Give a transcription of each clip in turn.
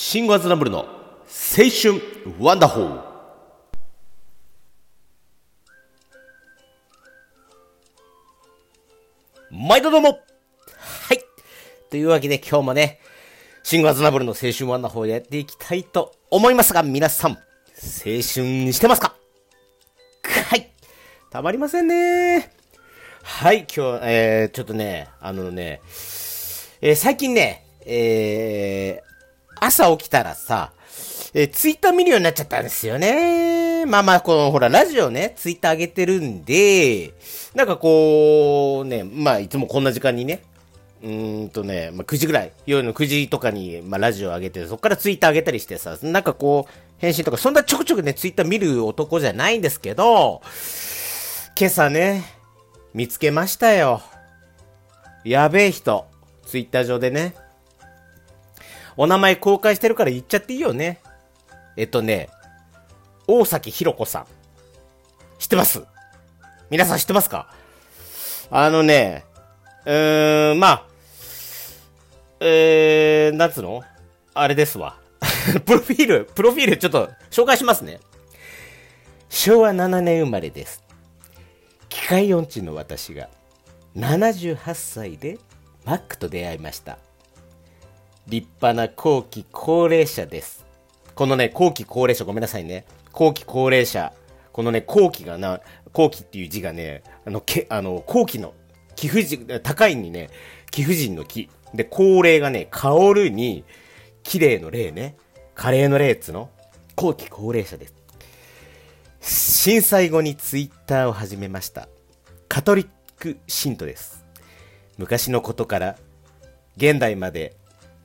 シンゴアズナブルの青春ワンダホー。毎度どうも。はい。というわけで今日もね、シンゴアズナブルの青春ワンダホーをやっていきたいと思いますが、皆さん、青春してますか？はい。たまりませんね。はい、今日、ちょっとね、最近ね、朝起きたらさ、ツイッター見るようになっちゃったんですよね。このほら、ラジオね、ツイッター上げてるんで、なんかこう、ね、いつもこんな時間にね、9時ぐらい、夜の9時とかに、ラジオ上げて、そっからツイッター上げたりしてさ、なんかこう、返信とか、そんなちょくちょくね、ツイッター見る男じゃないんですけど、今朝ね、見つけましたよ。やべえ人、ツイッター上でね。お名前公開してるから言っちゃっていいよね。大崎ひろ子さん。知ってます？皆さん知ってますか？なんつうの？あれですわ。プロフィールちょっと紹介しますね。昭和7年生まれです。機械音痴の私が78歳でマックと出会いました。立派な後期高齢者です。このね、後期高齢者、ごめんなさいね。後期高齢者。このね、後期っていう字がね、後期の貴婦人、高いにね、貴婦人の貴。で、高齢がね、香るに、綺麗の麗ね。カレーの麗っつの。後期高齢者です。震災後にツイッターを始めました。カトリック信徒です。昔のことから現代まで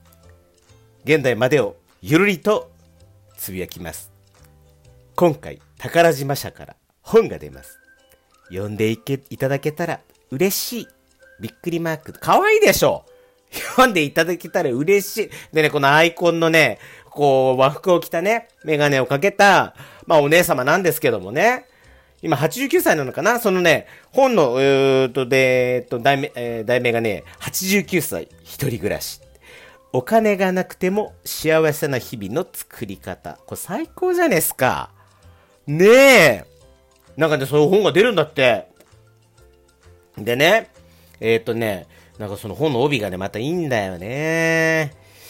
をゆるりとつぶやきます。今回宝島社から本が出ます。読んでいただけたら嬉しい。びっくりマーク。かわいいでしょ。読んでいただけたら嬉しい。でね、このアイコンのね、こう和服を着たね、メガネをかけたお姉様なんですけどもね。今89歳なのかな。そのね、本の題名がね、89歳一人暮らし。お金がなくても幸せな日々の作り方。これ最高じゃねえっすか。ねえ。なんかね、そういう本が出るんだって。でね、なんかその本の帯がね、またいいんだよね。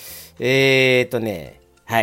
はい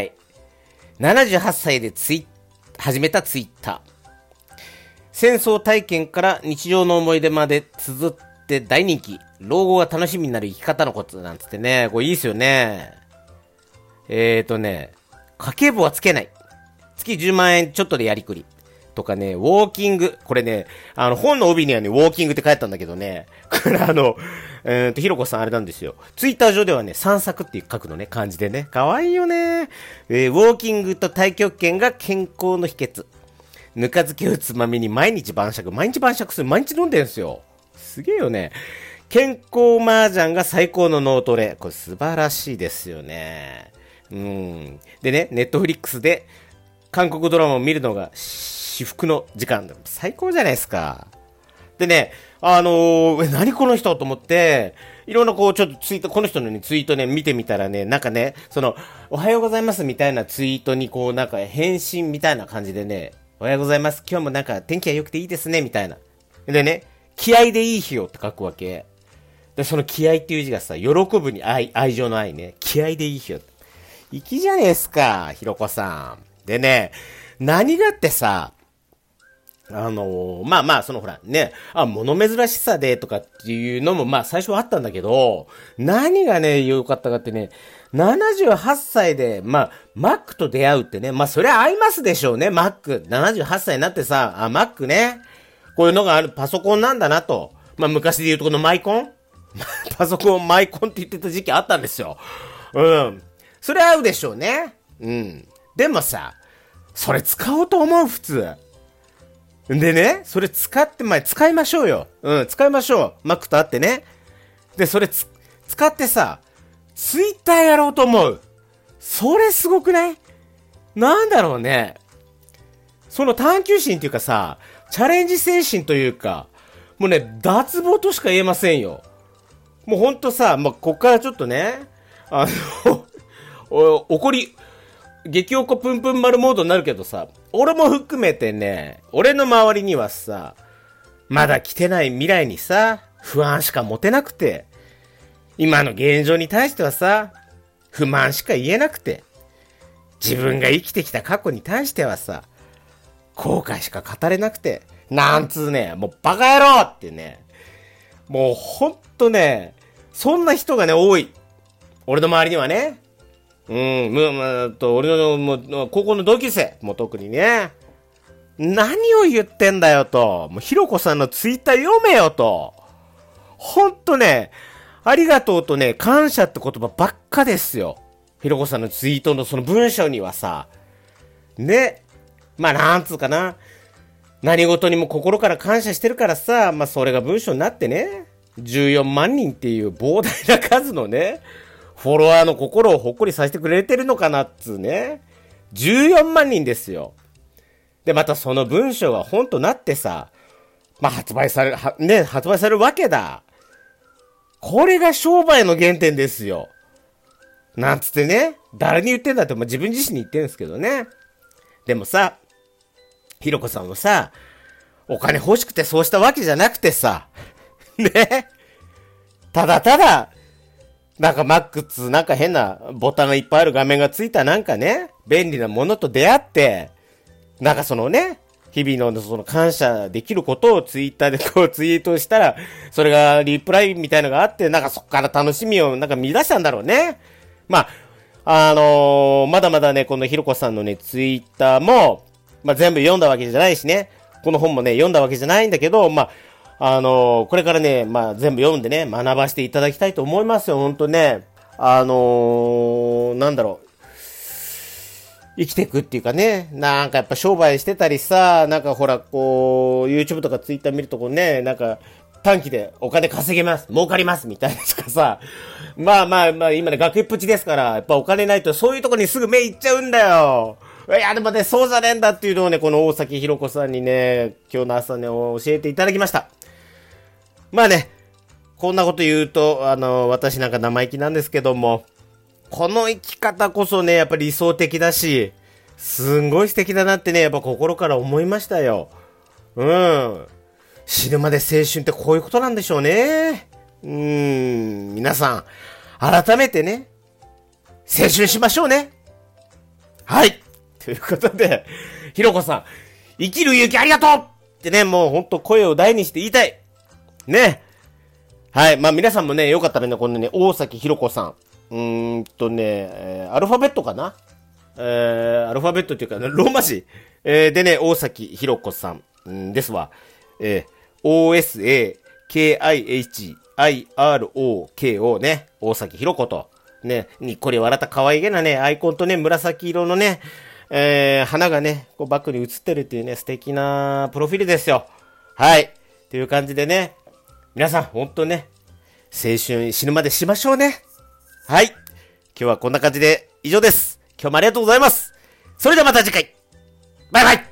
。78歳で始めたツイッター。戦争体験から日常の思い出まで綴って大人気。老後が楽しみになる生き方のコツなんつってね、これいいっすよね。家計簿はつけない。月10万円ちょっとでやりくり。とかね、ウォーキング。これね、本の帯にはね、ウォーキングって書いてあったんだけどね、これひろこさんあれなんですよ。ツイッター上ではね、散策っていう書くのね、漢字でね。かわいいよね。ウォーキングと太極拳が健康の秘訣。ぬか漬けをつまみに毎日晩酌する。毎日飲んでるんですよ。すげえよね。健康麻雀が最高の脳トレ。これ素晴らしいですよね。でね、ネットフリックスで韓国ドラマを見るのが至福の時間。最高じゃないですか。でね、何この人と思って、いろんなこう、ちょっとこの人のね、ツイートね、見てみたらね、なんかね、おはようございますみたいなツイートにこう、なんか返信みたいな感じでね、おはようございます。今日もなんか天気が良くていいですね、みたいな。でね、気合でいい日をって書くわけ。で、その気合っていう字がさ、喜ぶに愛情の愛ね。気合でいい日を。粋じゃねえすか、ひろこさん。でね、何がってさ、そのほら、ね、物珍しさでとかっていうのも最初はあったんだけど、何がね、良かったかってね、78歳で、マックと出会うってね、そりゃ合いますでしょうね、マック。78歳になってさ、マックね、こういうのがある、パソコンなんだなと。昔で言うとこのマイコンパソコンマイコンって言ってた時期あったんですよ。それ合うでしょうね。でもさ、それ使おうと思う、普通。でね、それ使いましょうよ。使いましょう。Mac とあってね。で、それ使ってさ、ツイッターやろうと思う。それすごくない？なんだろうね。その探求心っていうかさ、チャレンジ精神というか、もうね、脱帽としか言えませんよ。もうほんとさ、こっからちょっとね、怒り激おこぷんぷん丸モードになるけどさ、俺も含めてね、俺の周りにはさ、まだ来てない未来にさ、不安しか持てなくて、今の現状に対してはさ、不満しか言えなくて、自分が生きてきた過去に対してはさ、後悔しか語れなくて、なんつうね、もうバカ野郎ってね、もうほんとね、そんな人がね、多い。俺の周りにはね。俺のもう高校の同級生、もう特にね。何を言ってんだよと。もうひろこさんのツイッター読めよと。ほんとね、ありがとうとね、感謝って言葉ばっかですよ。ひろこさんのツイートのその文章にはさ、ね。まあなんつうかな。何事にも心から感謝してるからさ、まあそれが文章になってね、14万人っていう膨大な数のね、フォロワーの心をほっこりさせてくれてるのかなっつうね。14万人ですよ。で、またその文章が本となってさ、まあ発売されるわけだ。これが商売の原点ですよ。なんつってね、誰に言ってんだって、まあ自分自身に言ってるんですけどね。でもさ、ひろこさんもさ、お金欲しくてそうしたわけじゃなくてさ、ね。ただただ、なんかマックツなんか変なボタンがいっぱいある画面がついたなんかね、便利なものと出会って、なんかそのね、日々のその感謝できることをツイッターでこうツイートしたら、それがリプライみたいなのがあって、なんかそっから楽しみをなんか見出したんだろうね。まあ、まだまだね、このひろこさんのね、ツイッターも、まあ全部読んだわけじゃないしね、この本もね、読んだわけじゃないんだけど、まあ、これからね、まあ全部読んでね、学ばせていただきたいと思いますよ、ほんとね。なんだろう。生きていくっていうかね、なんかやっぱ商売してたりさ、なんかほら、こう、YouTube とか Twitter 見るとこね、なんか、短期でお金稼げます、儲かりますみたいなとかさ、まあ、今ね、崖っぷちですから、やっぱお金ないとそういうとこにすぐ目いっちゃうんだよ。いや、でもね、そうじゃねえんだっていうのをね、この大崎ひろ子さんにね、今日の朝ね、教えていただきました。まあね、こんなこと言うと、私なんか生意気なんですけども、この生き方こそね、やっぱり理想的だし、すんごい素敵だなってね、やっぱ心から思いましたよ。死ぬまで青春ってこういうことなんでしょうね。皆さん、改めてね、青春しましょうね。はい。ということで、ひろこさん、生きる勇気ありがとうってね、もうほんと声を大にして言いたい。ね。はい。まあ皆さんもね、よかったらね、このね、大崎ひろこさん。アルファベットかなアルファベットっていうか、ローマ字、でね、大崎ひろこさん、ですわ。OSAKIHIROKO ね、大崎ひろこと。ね、にっこり笑った可愛げなね、アイコンとね、紫色のね、花がね、こうバックに映ってるっていうね、素敵なプロフィールですよ。はい。という感じでね、皆さん、ほんとね、青春死ぬまでしましょうね。はい。今日はこんな感じで以上です。今日もありがとうございます。それではまた次回。バイバイ。